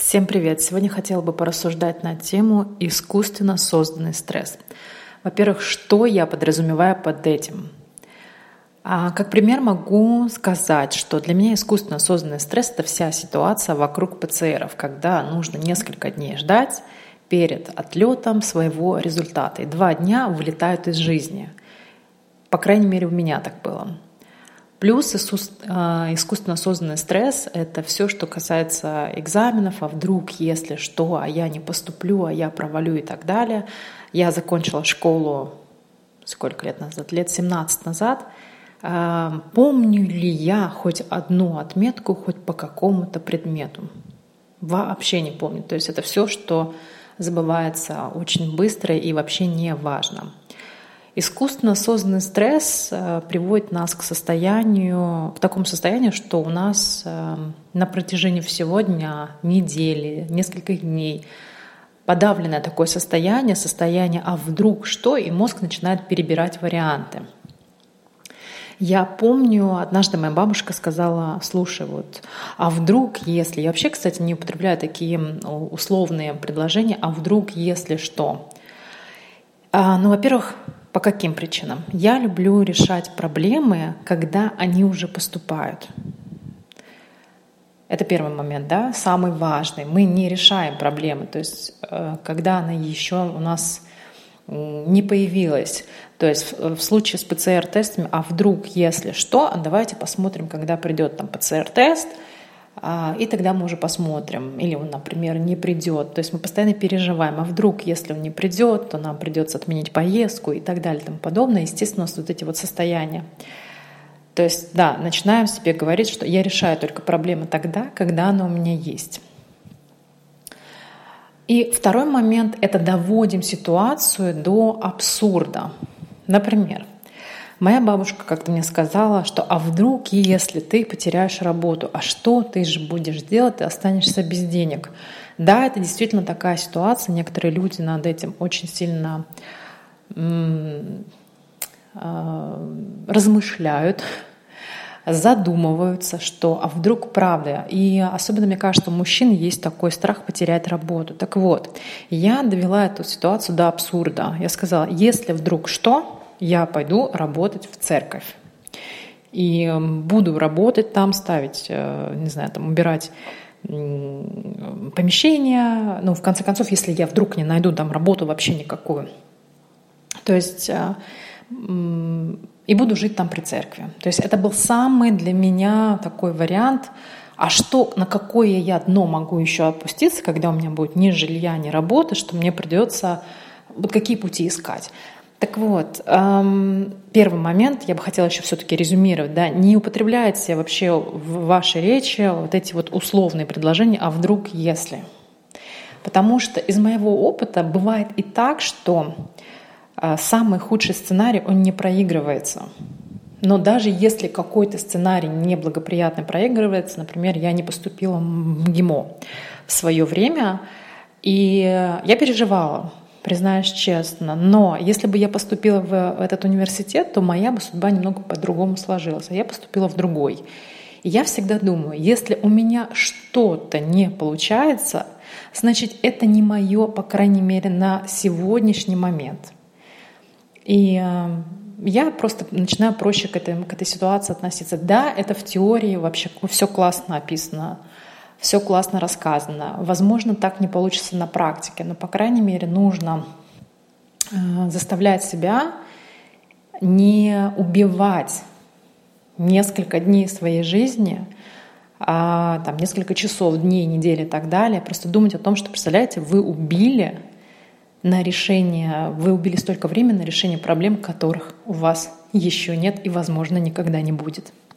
Всем привет! Сегодня хотела бы порассуждать на тему искусственно созданный стресс. Во-первых, что я подразумеваю под этим? Как пример могу сказать, что для меня искусственно созданный стресс — это вся ситуация вокруг ПЦРов, когда нужно несколько дней ждать перед отлетом своего результата. И 2 дня вылетают из жизни. По крайней мере, у меня так было. Плюс искусственно созданный стресс — это все, что касается экзаменов, а вдруг, если что, а я не поступлю, а я провалю и так далее. Я закончила школу сколько лет назад? Лет 17 назад. Помню ли я хоть одну отметку хоть по какому-то предмету? Вообще не помню. То есть это все, что забывается очень быстро и вообще не важно. Искусственно созданный стресс приводит нас к такому состоянию, что у нас на протяжении всего дня, недели, нескольких дней подавленное такое состояние «а вдруг что?» и мозг начинает перебирать варианты. Я помню, однажды моя бабушка сказала: слушай, а вдруг если... Я вообще, кстати, не употребляю такие условные предложения «а вдруг если что?». Во-первых, по каким причинам? Я люблю решать проблемы, когда они уже поступают. Это первый момент, да, самый важный. Мы не решаем проблемы, то есть когда она еще у нас не появилась. То есть в случае с ПЦР-тестами, а вдруг, если что, давайте посмотрим, когда придет там ПЦР-тест, и тогда мы уже посмотрим. Или он, например, не придет. То есть мы постоянно переживаем, а вдруг, если он не придет, то нам придется отменить поездку и так далее и тому подобное. Естественно, у нас эти состояния. То есть, да, начинаем себе говорить, что я решаю только проблемы тогда, когда она у меня есть. И второй момент — это доводим ситуацию до абсурда. Например, моя бабушка как-то мне сказала, что а вдруг, если ты потеряешь работу, а что ты же будешь делать, ты останешься без денег. Да, это действительно такая ситуация. Некоторые люди над этим очень сильно размышляют, задумываются, что а вдруг правда. И особенно, мне кажется, у мужчин есть такой страх потерять работу. Так вот, я довела эту ситуацию до абсурда. Я сказала: если вдруг что, я пойду работать в церковь. И буду работать там, ставить, не знаю, там, убирать помещения. В конце концов, если я вдруг не найду там работу вообще никакую. То есть и буду жить там при церкви. То есть это был самый для меня такой вариант. А на какое я дно могу еще опуститься, когда у меня будет ни жилья, ни работы, что мне придется какие пути искать. Так вот, первый момент, я бы хотела еще все-таки резюмировать, да, не употребляйте вообще в вашей речи эти условные предложения «а вдруг если?». Потому что из моего опыта бывает и так, что самый худший сценарий, он не проигрывается. Но даже если какой-то сценарий неблагоприятно проигрывается, например, я не поступила в МГИМО в свое время, и я переживала, признаюсь честно. Но если бы я поступила в этот университет, то моя бы судьба немного по-другому сложилась. А я поступила в другой. И я всегда думаю, если у меня что-то не получается, значит, это не мое, по крайней мере, на сегодняшний момент. И я просто начинаю проще к этой ситуации относиться. Да, это в теории вообще все классно описано, все классно рассказано. Возможно, так не получится на практике, но, по крайней мере, нужно заставлять себя не убивать несколько дней своей жизни, несколько часов, дней, недели и так далее. Просто думать о том, что, представляете, вы убили столько времени на решение проблем, которых у вас еще нет и, возможно, никогда не будет.